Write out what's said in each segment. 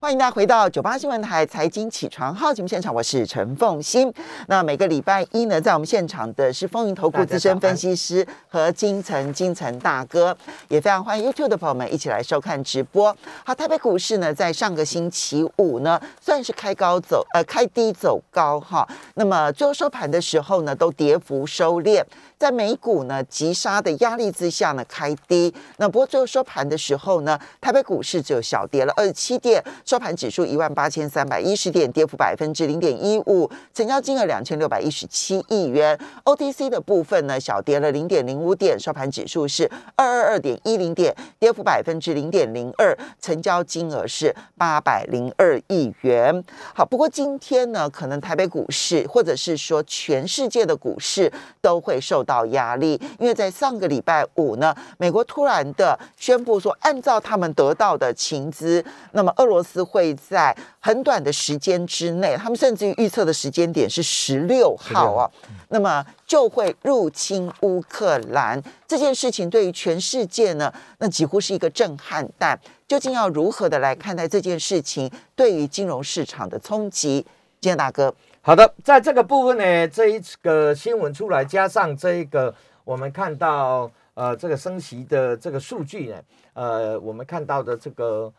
欢迎大家回到98新闻台财经起床号节目现场，我是陈凤馨。那每个礼拜一呢，在我们现场的是风云投顾资深分析师和金城大哥，也非常欢迎 YouTube 的朋友们一起来收看直播。好，台北股市呢，在上个星期五呢，算是开低走高哈。那么最后收盘的时候呢，都跌幅收敛。在美股呢急杀的压力之下呢开低，那不过最后收盘的时候呢，台北股市只有小跌了27点，收盘指数18310点，跌幅0.15%，成交金额2617亿元。OTC 的部分呢小跌了0.05点，收盘指数是222.10点，跌幅0.02%，成交金额是802亿元。好，不过今天呢，可能台北股市或者是说全世界的股市都会受到压力，因为在上个礼拜五呢，美国突然的宣布说，按照他们得到的情资，那么俄罗斯会在很短的时间之内，他们甚至于预测的时间点是16号啊，那么就会入侵乌克兰。这件事情对于全世界呢，那几乎是一个震撼弹。究竟要如何的来看待这件事情对于金融市场的冲击？今天大哥。 好的，在这个部分呢，这一个新闻出来，加上这一个我们看到这个升息的这个数据呢，我们看到的这个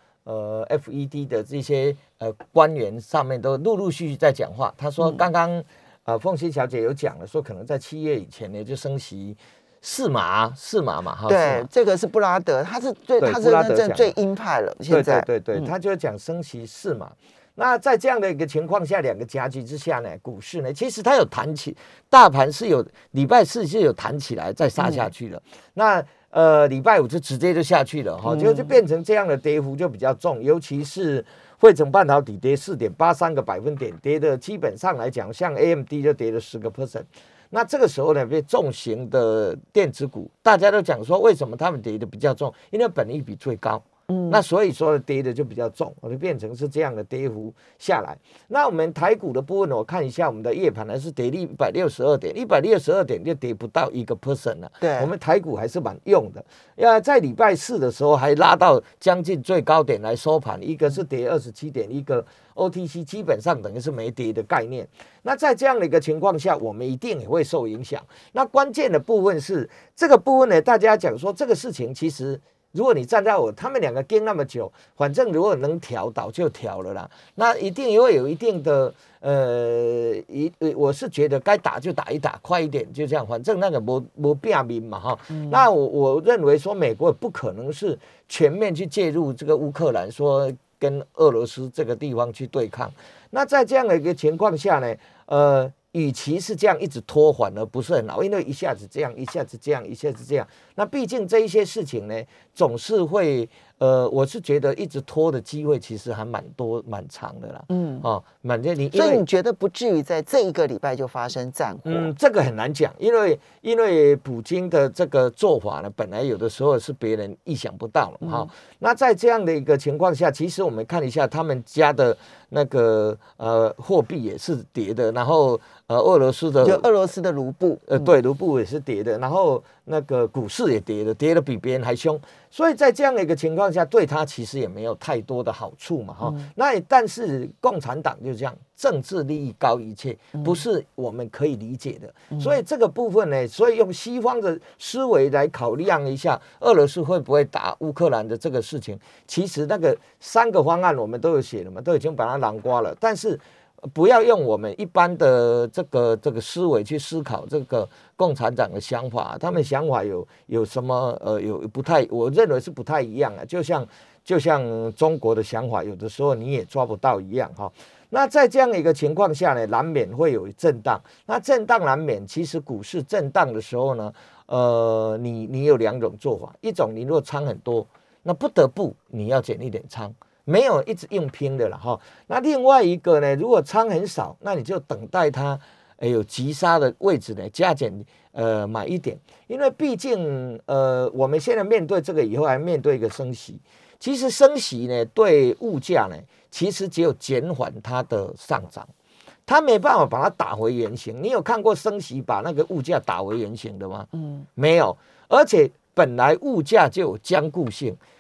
FED 的这些官员上面都陆陆续续在讲话。他说刚刚凤馨小姐有讲了，说可能在7月以前呢就升息4码嘛哈。 对，这个是布拉德，他是真正最鹰派了。现在对，他就讲升息4码。那在这样的一个情况下，两个夹击之下呢，股市呢，其实它有弹起，大盘是有礼拜四是有弹起来，再杀下去了。那礼拜五就直接就下去了哈，就变成这样的跌幅就比较重，尤其是汇成半导体跌4.83个百分点，跌的基本上来讲，像 AMD 就跌了10%。那这个时候呢，被重型的电子股，大家都讲说为什么他们跌的比较重，因为本益比最高。那所以说跌的就比较重，就变成是这样的跌幅下来。那我们台股的部分，我看一下我们的夜盘还是跌162点，162点就跌不到1% 了。 对， 我们台股还是蛮用的。在礼拜四的时候还拉到将近最高点来收盘，一个是跌27点，一个 OTC 基本上等于是没跌的概念。那在这样的一个情况下，我们一定也会受影响。那关键的部分是这个部分呢，大家讲说这个事情其实。如果你站在他们两个跟那么久，反正如果能调倒就调了啦。那一定也会有一定的我是觉得该打就打一打，快一点就这样，反正那个没变命嘛哈。那我认为说美国也不可能是全面去介入这个乌克兰，说跟俄罗斯这个地方去对抗。那在这样的一个情况下呢，与其是这样一直拖缓，而不是很好，因为一下子这样，一下子这样，一下子这样，那毕竟这一些事情呢，总是会，我是觉得一直拖的机会其实还蛮多、蛮长的啦。反正所以你觉得不至于在这一个礼拜就发生战火？ 这个很难讲，因为普京的这个做法呢，本来有的时候是别人意想不到了哈。那在这样的一个情况下，其实我们看一下他们家的那个货币也是跌的，然后俄罗斯的卢布， 对，卢布也是跌的，然后那个股市也跌的比别人还凶，所以在这样的一个情况下，对他其实也没有太多的好处嘛哈。那但是共产党就这样，政治利益高一切，不是我们可以理解的。所以这个部分呢，所以用西方的思维来考量一下，俄罗斯会不会打乌克兰的这个事情，其实那个3个方案我们都有写了嘛，都已经把它囊括了，但是。不要用我们一般的这个思维去思考这个共产党的想法，他们想法有什么有不太，我认为是不太一样啊，就像中国的想法，有的时候你也抓不到一样哈。那在这样一个情况下呢，难免会有震荡。那震荡难免，其实股市震荡的时候呢，你有2种做法，一种你如果仓很多，那不得不你要减一点仓。没有一直硬拼的了哈。那另外一个呢，如果仓很少，那你就等待它有急杀的位置呢，加减买一点，因为毕竟我们现在面对这个以后还面对一个升息，其实升息呢对物价呢其实只有减缓它的上涨，它没办法把它打回原形。你有看过升息把那个物价打回原形的吗？没有，而且本来物价就有僵固性。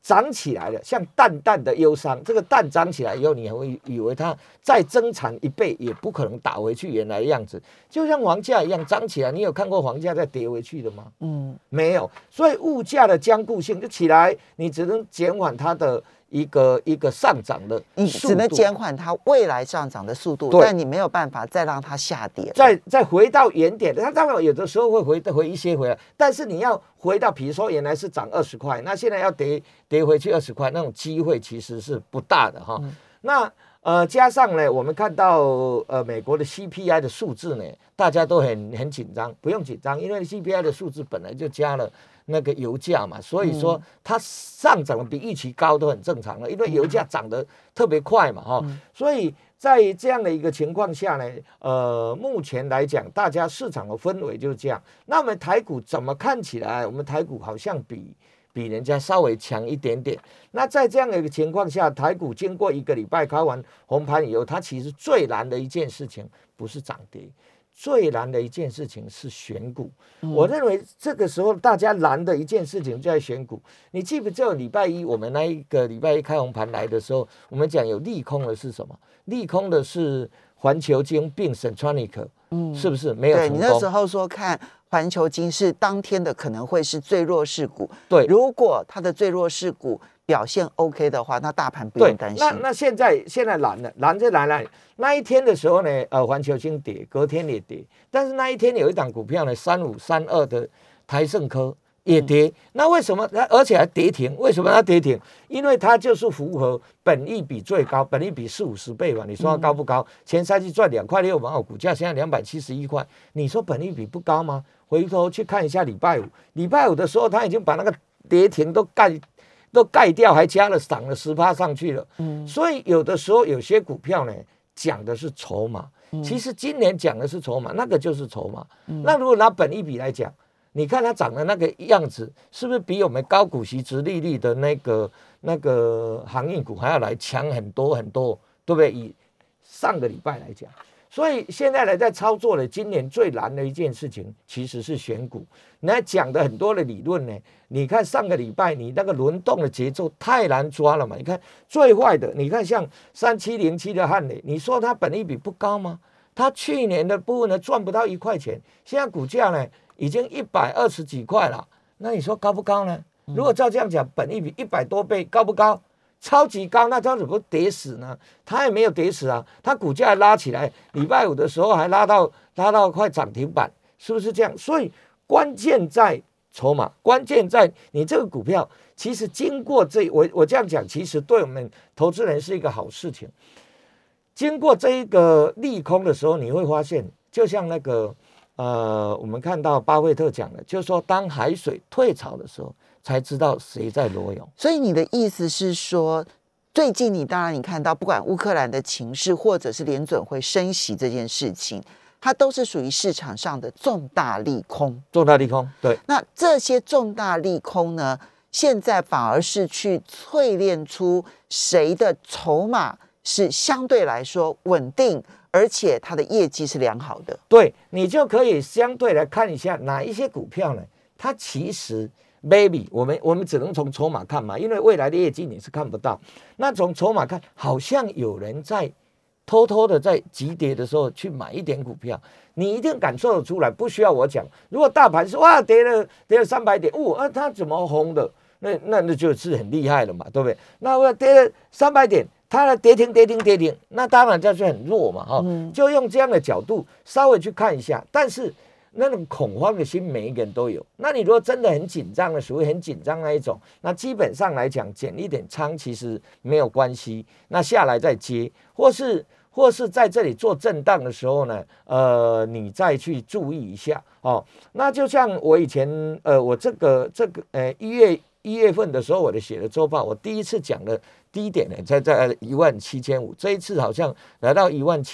涨起来了，像淡淡的忧伤，这个蛋涨起来以后，你还会以为它再增产1倍也不可能打回去原来的样子，就像房价一样涨起来。你有看过房价再跌回去的吗？没有。所以物价的僵固性就起来，你只能减缓它的一个上涨的速度， 你只能减缓它未来上涨的速度，但你没有办法再让它下跌， 再回到原点。它当然有的时候会回一些回来，但是你要回到，比如说原来是涨20块，那现在要跌回去20块，那种机会其实是不大的哈。那加上呢，我们看到美国的 CPI 的数字呢，大家都很紧张，不用紧张，因为 CPI 的数字本来就加了那个油价嘛，所以说它上涨的比预期高都很正常了，因为油价涨得特别快嘛哈，所以在这样的一个情况下呢，目前来讲，大家市场的氛围就是这样。那我们台股怎么看起来？我们台股好像比人家稍微强一点点。那在这样的一个情况下，台股经过1个礼拜开完红盘以后，它其实最难的一件事情不是涨跌，最难的一件事情是选股。我认为这个时候大家难的一件事情就在选股。你记不记得礼拜一我们那一个礼拜一开红盘来的时候，我们讲有利空的是什么？利空的是环球晶并Centronic，是不是没有成功？ 对，你那时候说看环球晶是当天的可能会是最弱势股， 对， 如果它的最弱势股表现 OK 的话，那大盘不用担心。 那现在难了，难在哪里？那一天的时候呢，环球晶跌，隔天也跌，但是那一天有一档股票呢，3532的台盛科也跌，那为什么？而且还跌停？为什么它跌停？因为它就是符合本益比最高，本益比40-50倍嘛。你说它高不高？前赛季赚2块6毛，股价现在271块，你说本益比不高吗？回头去看一下礼拜五的时候，它已经把那个跌停都盖掉，还涨了10%上去了。所以有的时候有些股票呢，讲的是筹码，其实今年讲的是筹码，那个就是筹码。那如果拿本益比来讲，你看它长的那个样子，是不是比我们高股息殖利率的那个航运股还要来强很多很多，对不对？以上个礼拜来讲，所以现在来在操作的今年最难的一件事情，其实是选股。那讲的很多的理论呢，你看上个礼拜你那个轮动的节奏太难抓了嘛。你看最坏的，你看像3707的汉磊，你说它本益比不高吗？它去年的部分呢赚不到1块钱，现在股价呢已经120几块了，那你说高不高呢？如果照这样讲，本益比100多倍，高不高？超级高，那它怎么跌死呢？它也没有跌死啊，它股价还拉起来，礼拜五的时候还拉到快涨停板，是不是这样？所以关键在筹码，关键在你这个股票，其实经过我这样讲，其实对我们投资人是一个好事情。经过这一个利空的时候，你会发现，就像那个我们看到巴菲特讲的，就是说当海水退潮的时候，才知道谁在裸泳。 所以你的意思是说，最近当然你看到，不管乌克兰的情势，或者是联准会升息这件事情，它都是属于市场上的重大利空。 重大利空，对。 那这些重大利空呢，现在反而是去淬炼出谁的筹码是相对来说稳定，而且它的业绩是良好的。 对，你就可以相对来看一下哪一些股票呢？它其实 maybe 我们只能从筹码看嘛，因为未来的业绩你是看不到。那从筹码看，好像有人在偷偷的在急跌的时候去买一点股票，你一定感受得出来，不需要我讲。如果大盘是哇跌了300点，它怎么红的？那就是很厉害了嘛，对不对？那我跌了300点。它的跌停，那当然就是很弱嘛，就用这样的角度稍微去看一下。但是那种恐慌的心，每一个人都有。那你如果真的很紧张的，属于很紧张那一种，那基本上来讲，减一点仓其实没有关系。那下来再接，或是在这里做震荡的时候呢，你再去注意一下哦。那就像我以前，我这个一月份的时候，我写的周报，我第一次讲的低点呢，在17500，这一次好像来到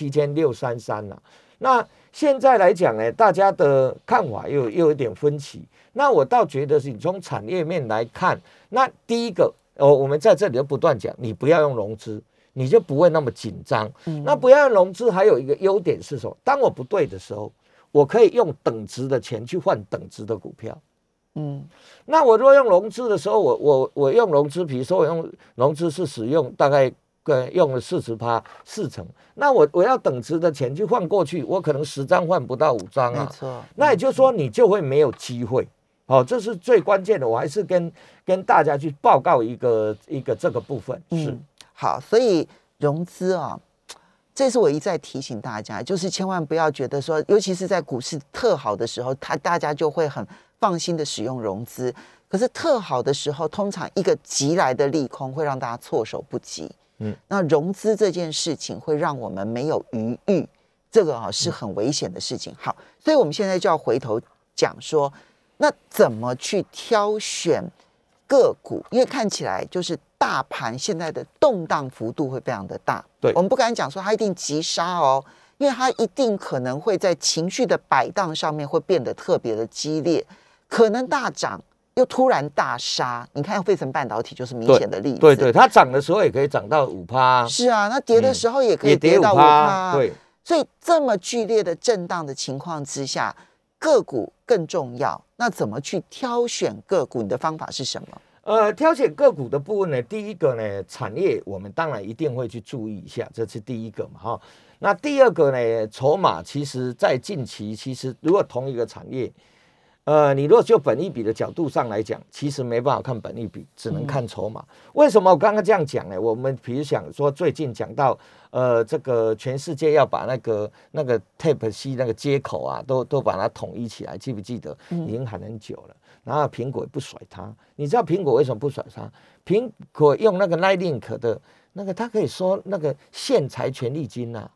17633了。那现在来讲呢，大家的看法又有一点分歧。那我倒觉得是你从产业面来看，那第一个，我们在这里就不断讲，你不要用融资，你就不会那么紧张。那不要用融资，还有一个优点是什么？当我不对的时候，我可以用等值的钱去换等值的股票。 那我如果用融资的时候，我用融资，比如说我用融资是使用大概用了40%，四成，那我要等值的钱去换过去，我可能10张换不到5张啊， 没错。 那也就是说你就会没有机会。这是最关键的，我还是跟大家去报告一个这个部分。是好，所以融资啊，这是我一再提醒大家，就是千万不要觉得说，尤其是在股市特好的时候，大家就会很放心的使用融资。可是特好的时候，通常一个急来的利空会让大家措手不及。那融资这件事情会让我们没有余裕，这个是很危险的事情。好，所以我们现在就要回头讲说，那怎么去挑选个股？因为看起来就是大盘现在的动荡幅度会非常的大。 对， 我们不敢讲说它一定急杀哦，因为它一定可能会在情绪的摆荡上面会变得特别的激烈，可能大涨又突然大杀。你看费城半导体就是明显的例子。 对，它涨的时候也可以涨到5%。 是啊，那跌的时候也可以跌到5%。 对， 所以这么剧烈的震荡的情况之下，个股更重要。那怎么去挑选个股？你的方法是什么？ 挑选个股的部分呢，第一个呢，产业我们当然一定会去注意一下，这是第一个嘛，哈。那第二个呢，筹码其实在近期，其实如果同一个产业，你如果就本益比的角度上来讲，其实没办法看本益比，只能看筹码。为什么我刚刚这样讲呢？我们比如想说，最近讲到这个全世界要把那个 Type-C 那个接口啊，都把它统一起来，记不记得？已经喊很久了。然后苹果也不甩它，你知道苹果为什么不甩它？苹果用那个 Lightlink 的那个，它可以收那个线材权利金呐。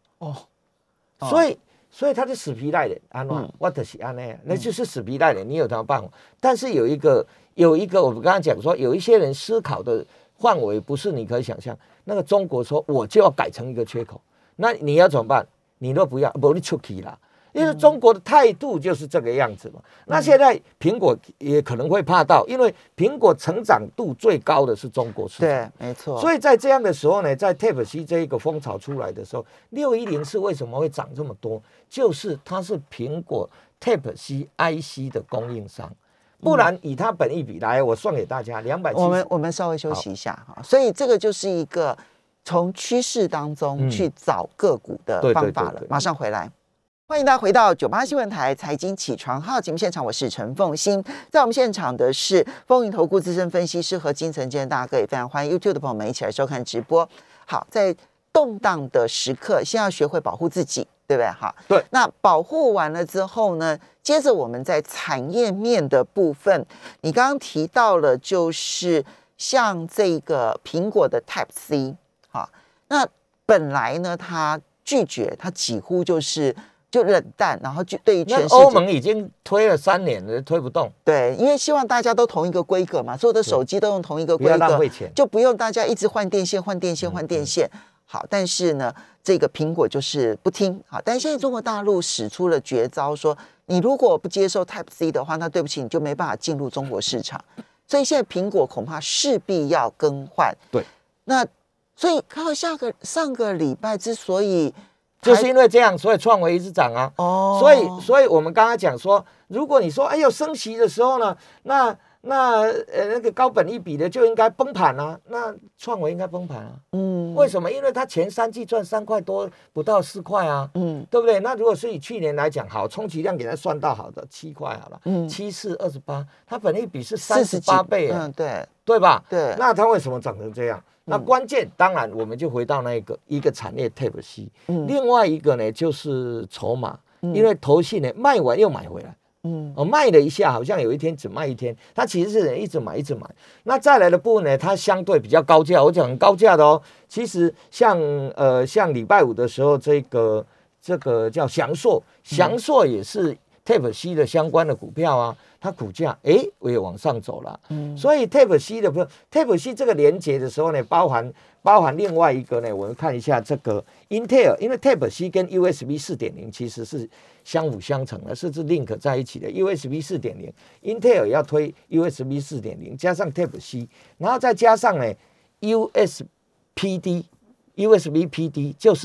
所以它是死皮赖脸，我就是安那，那就是死皮赖脸，你有什么办法？但是有一个，我们刚刚讲说，有一些人思考的范围不是你可以想象。那个中国说我就要改成一个缺口，那你要怎么办？你若不要，不你出去啦。因为中国的态度就是这个样子嘛。那现在苹果也可能会怕到，因为苹果成长度最高的是中国市场， 对，没错。 所以在这样的时候呢，在 Type-C 这一个风潮出来的时候，610是为什么会涨这么多？就是它是苹果 Type-C IC 的供应商，不然以它本益比来，我算给大家270。 我们稍微休息一下哈。所以这个就是一个从趋势当中去找个股的方法了。马上回来。欢迎大家回到98新闻台财经起床号节目现场，我是陈凤馨。在我们现场的是风云投顾资深分析师和金城健大哥，也非常欢迎 YouTube 的朋友们一起来收看直播。好，在动荡的时刻，先要学会保护自己，对不对？好， 对。 那保护完了之后呢，接着我们在产业面的部分，你刚刚提到了，就是像这个苹果的 Type-C， 好，那本来呢，它拒绝，它几乎就冷淡，然后就对于全世界， 欧盟已经推了3年了，推不动。 对，因为希望大家都同一个规格嘛，所有的手机都用同一个规格， 不要浪费钱， 就不用大家一直换电线。好，但是呢，这个苹果就是不听。好，但是现在中国大陆使出了绝招，说你如果不接受 Type-C 的话，那对不起，你就没办法进入中国市场。所以现在苹果恐怕势必要更换。 对， 那所以看到上个礼拜之所以就是因为这样，所以创维一直涨啊。所以我们刚才讲说，如果你说哎呦升息的时候呢，那个高本益比的就应该崩盘啊，那创维应该崩盘啊。为什么？因为它前3季赚3块多，不到4块啊。对不对？那如果是以去年来讲，好，充其量给它算到好的7块好了。7×4=28，它本益比是38倍。对吧？ 对。 那它为什么涨成这样？那关键当然我们就回到一个产业 Type-C，另外一个呢就是筹码，因为投信呢卖完又买回来，卖了一下，好像有一天只卖一天，它其实是一直买。那再来的部分呢，它相对比较高价，我讲高价的哦，其实像礼拜五的时候，这个叫祥硕也是 Type-C 的相关的股票啊。它股价也往上走了，所以 Type-C 的Type-C 这个连接的时候呢，包含另外一个呢，我们看一下这个 Intel， 因为 Type-C 跟 USB 4.0 其实是相辅相成的，是 link 在一起的。USB 4.0 Intel 也要推 USB 4.0， 加上 Type-C， 然后再加上呢 USB PD， 就是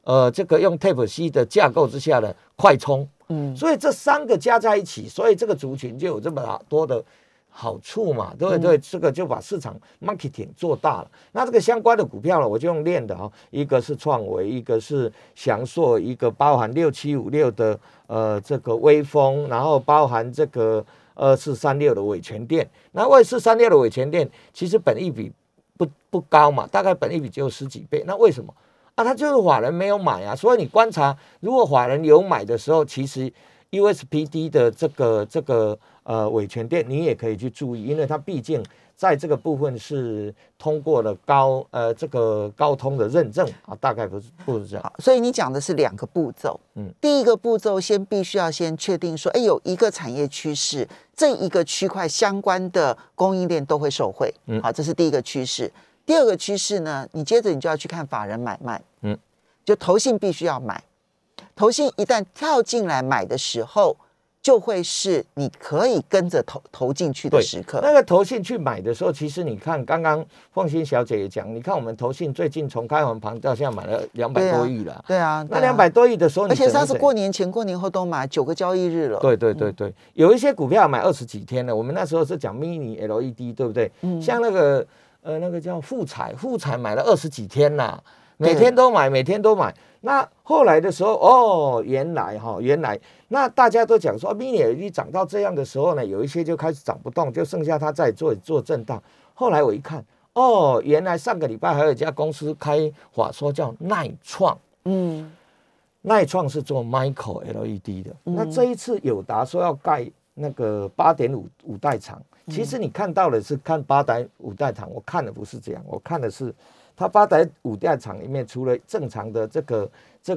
这个用 Type C 的架构之下的快充，所以这3个加在一起，所以这个族群就有这么多的好处嘛，对不对？这个就把市场 marketing 做大了。那这个相关的股票呢，我就用练的一个是创维，一个是祥硕，一个包含6756的这个微风，然后包含这个2436的伟全电。那2436的伟全电其实本益比不高嘛，大概本益比只有10几倍。那为什么？它就是法人没有买啊，所以你观察，如果法人有买的时候，其实 USPD 的这个伟全电你也可以去注意，因为它毕竟在这个部分是通过了这个高通的认证啊，大概不是这样。 所以你讲的是2个步骤，第一个步骤必须要先确定说，有一个产业趋势，这一个区块相关的供应链都会受惠，好，这是第一个趋势。第二个趋势呢，你接着你就要去看法人买卖，就投信必须要买，投信一旦跳进来买的时候，就会是你可以跟着投进去的时刻。 那个投信去买的时候，其实你看刚刚凤馨小姐也讲，你看我们投信最近从开红盘到现在买了200多亿了， 对啊， 那200多亿的时候， 而且它是过年前过年后都买9个交易日了。 对，有一些股票买20几天了，我们那时候是讲 mini LED， 对不对？像那个叫富彩买了20几天啦，每天都买。那后来的时候，原来那大家都讲说 mini LED 涨到这样的时候呢，有一些就开始涨不动，就剩下它在做震荡。后来我一看，原来上个礼拜还有一家公司开法说叫耐创，耐创是做 micro LED 的。那这一次友达说要盖那个8.5代厂。其实你看到的是看8.5代厂，我看的不是这样，我看的是它8.5代厂里面，除了正常的这个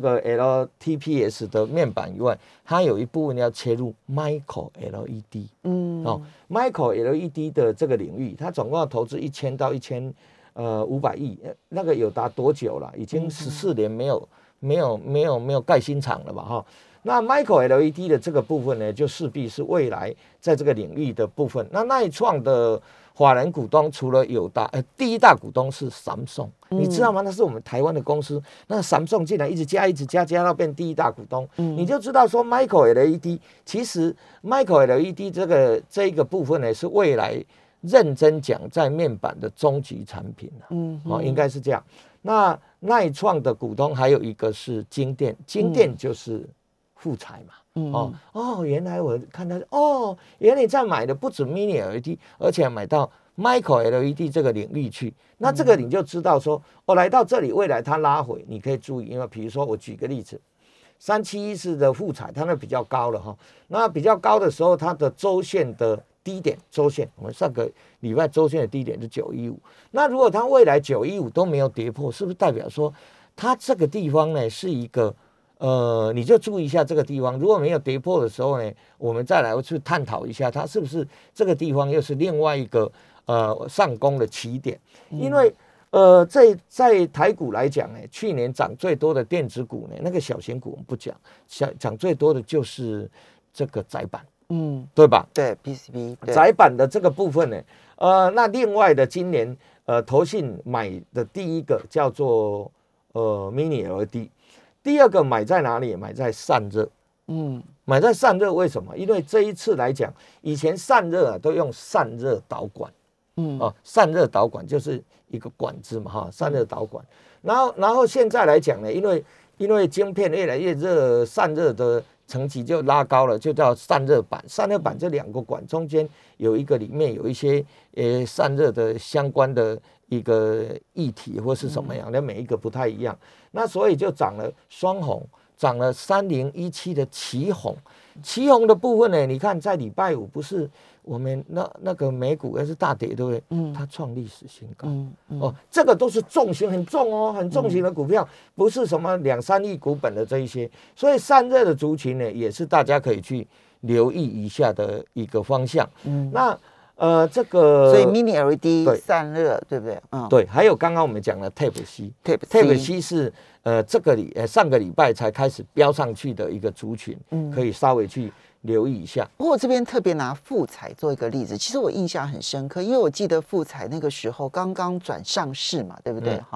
LTPS 的面板以外，它有一部分要切入 Micro LED。Micro LED 的这个领域，它总共要投资1000到1500亿。那个友达多久了？已经14年没有盖新厂了吧？那 Micro LED 的这个部分呢，就势必是未来在这个领域的部分。那耐创的法人股东除了友达，第一大股东是 Samsung，你知道吗？那是我们台湾的公司，那 Samsung 竟然一直加到变第一大股东，你就知道说 Micro LED 其实 Micro LED 这一个部分呢，是未来认真讲在面板的终极产品应该是这样。那耐创的股东还有一个是晶电就是富彩嘛，原来我看到原来你在买的不止 mini LED， 而且买到 micro LED 这个领域去，那这个你就知道说，来到这里未来它拉回，你可以注意，因为比如说我举个例子，3714的富彩，它那比较高了那比较高的时候，它的周线的低点，我们上个礼拜周线的低点是915，那如果它未来915都没有跌破，是不是代表说它这个地方呢是一个你就注意一下这个地方，如果没有跌破的时候呢，我们再来去探讨一下，它是不是这个地方又是另外一个上攻的起点？因为在台股来讲呢，去年涨最多的电子股呢，那个小型股我们不讲，涨最多的就是这个载板，对吧？ 对 PCB 载板的这个部分呢，那另外的今年投信买的第一个叫做mini LED。第二个买在哪里？买在散热，买在散热为什么？因为这一次来讲，以前散热都用散热导管，散热导管就是一个管子嘛，散热导管。然后现在来讲呢，因为晶片越来越热，散热的层级就拉高了，就叫散热板。散热板这2个管中间有一个里面有一些散热的相关的一个议题或是什么样的，每一个不太一样。那所以就涨了双红，涨了3017的奇宏的部分呢，你看在礼拜五不是我们那个美股也是大跌，对不对？它创历史新高。这个都是重型很重很重型的股票，不是什么2、3亿股本的这一些。所以散热的族群呢，也是大家可以去留意一下的一个方向。那这个所以 mini LED 散热对不对？ 对，还有刚刚我们讲的 Type C 是上个礼拜才开始飙上去的一个族群，可以稍微去留意一下。 不过我这边特别拿富彩做一个例子，其实我印象很深刻，因为我记得富彩那个时候刚刚转上市嘛，对不对？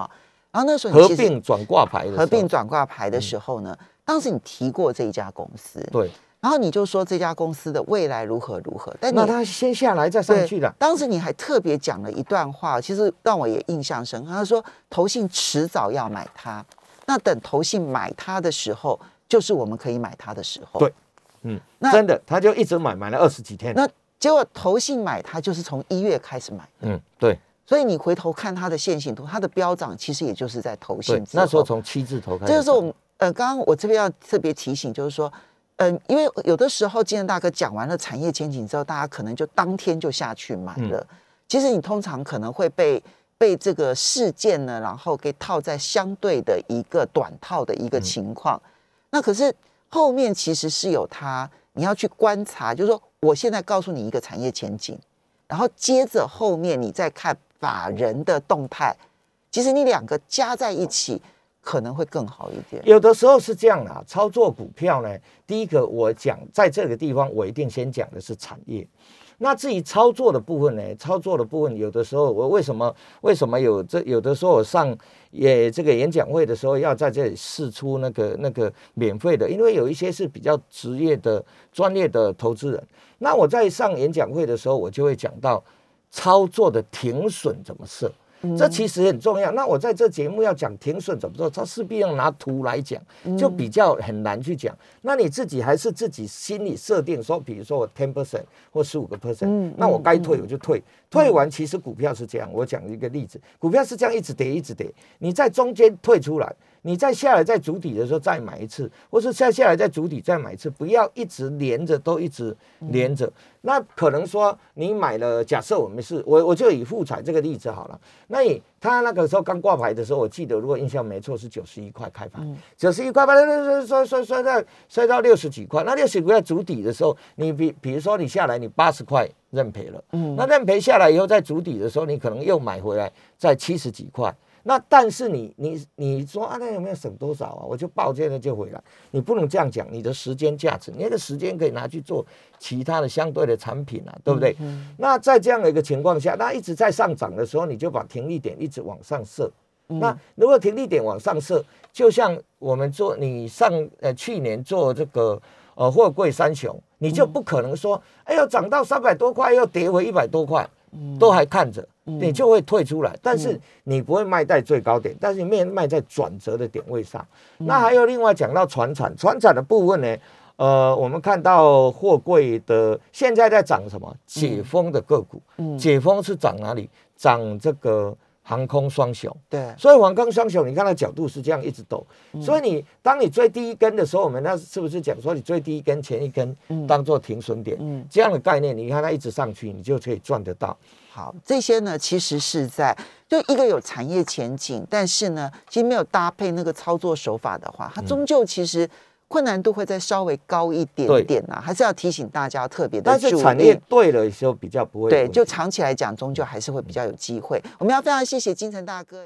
然后那时候你合并转挂牌的时候， 合并转挂牌的时候呢，当时你提过这一家公司， 对， 然后你就说这家公司的未来如何如何，但那他先下来再上去的。 当时你还特别讲了一段话，其实让我也印象深刻。他说投信迟早要买它，那等投信买它的时候，就是我们可以买它的时候。 对，真的，他就一直买了20几天。 那结果投信买它就是从1月开始买， 对。 所以你回头看它的线形图，它的飙涨其实也就是在投信之后。 那时候从7字头开始。 这就是我们刚刚我这边要特别提醒，就是说，因为有的时候金城大哥讲完了产业前景之后，大家可能就当天就下去买了。其实你通常可能会被这个事件呢，然后给套在相对的一个短套的一个情况。那可是后面其实是有你要去观察，就是说，我现在告诉你一个产业前景，然后接着后面你再看法人的动态，其实你两个加在一起可能会更好一点。 有的时候是这样啦，操作股票呢，第一个我讲在这个地方，我一定先讲的是产业。那至于操作的部分呢？操作的部分有的时候我为什么有的时候我上这个演讲会的时候要在这里释出那个免费的，因为有一些是比较职业的专业的投资人。那我在上演讲会的时候，我就会讲到操作的停损怎么设。这其实很重要。那我在这节目要讲停损怎么做，它势必要拿图来讲，就比较很难去讲。那你自己还是自己心里设定说，比如说我 10% 或15%，那我该退我就退。退完其实股票是这样，我讲一个例子，股票是这样一直跌一直跌，你在中间退出来，你再下来在筑底的时候再买一次，或是下来在筑底再买一次，不要一直连着都一直连着。那可能说你买了，假设我就以富彩这个例子好了。那他那个时候刚挂牌的时候，我记得如果印象没错是91块开盘，91块摔到60几块。那60几块筑底的时候，你比如说你下来你80块认赔了，那认赔下来以后在筑底的时候，你可能又买回来在70几块。那但是你说那有没有省多少啊？我就报这个就回来，你不能这样讲，你的时间价值，你那个时间可以拿去做其他的相对的产品啊，对不对？那在这样的一个情况下，那一直在上涨的时候，你就把停利点一直往上设。那如果停利点往上设，就像我们去年做这个货柜三雄，你就不可能说，哎呦涨到300多块又跌回100多块。都还看着，你就会退出来，但是你不会卖在最高点，但是你卖在转折的点位上。那还有另外讲到传产的部分呢，我们看到货柜的现在在涨什么？解封的个股，解封是涨哪里？涨这个航空双雄， 对， 所以航空双雄，你看它角度是这样一直抖，所以当你追第一根的时候，我们那是不是讲说你追第一根前一根当做停损点，这样的概念，你看它一直上去，你就可以赚得到。 好，这些呢其实是就一个有产业前景，但是呢，其实没有搭配那个操作手法的话，它终究其实困难度会再稍微高一点点啊，还是要提醒大家特别的注意。 但是产业对了的时候比较不会， 对，就长期来讲，终究还是会比较有机会。我们要非常谢谢金城大哥。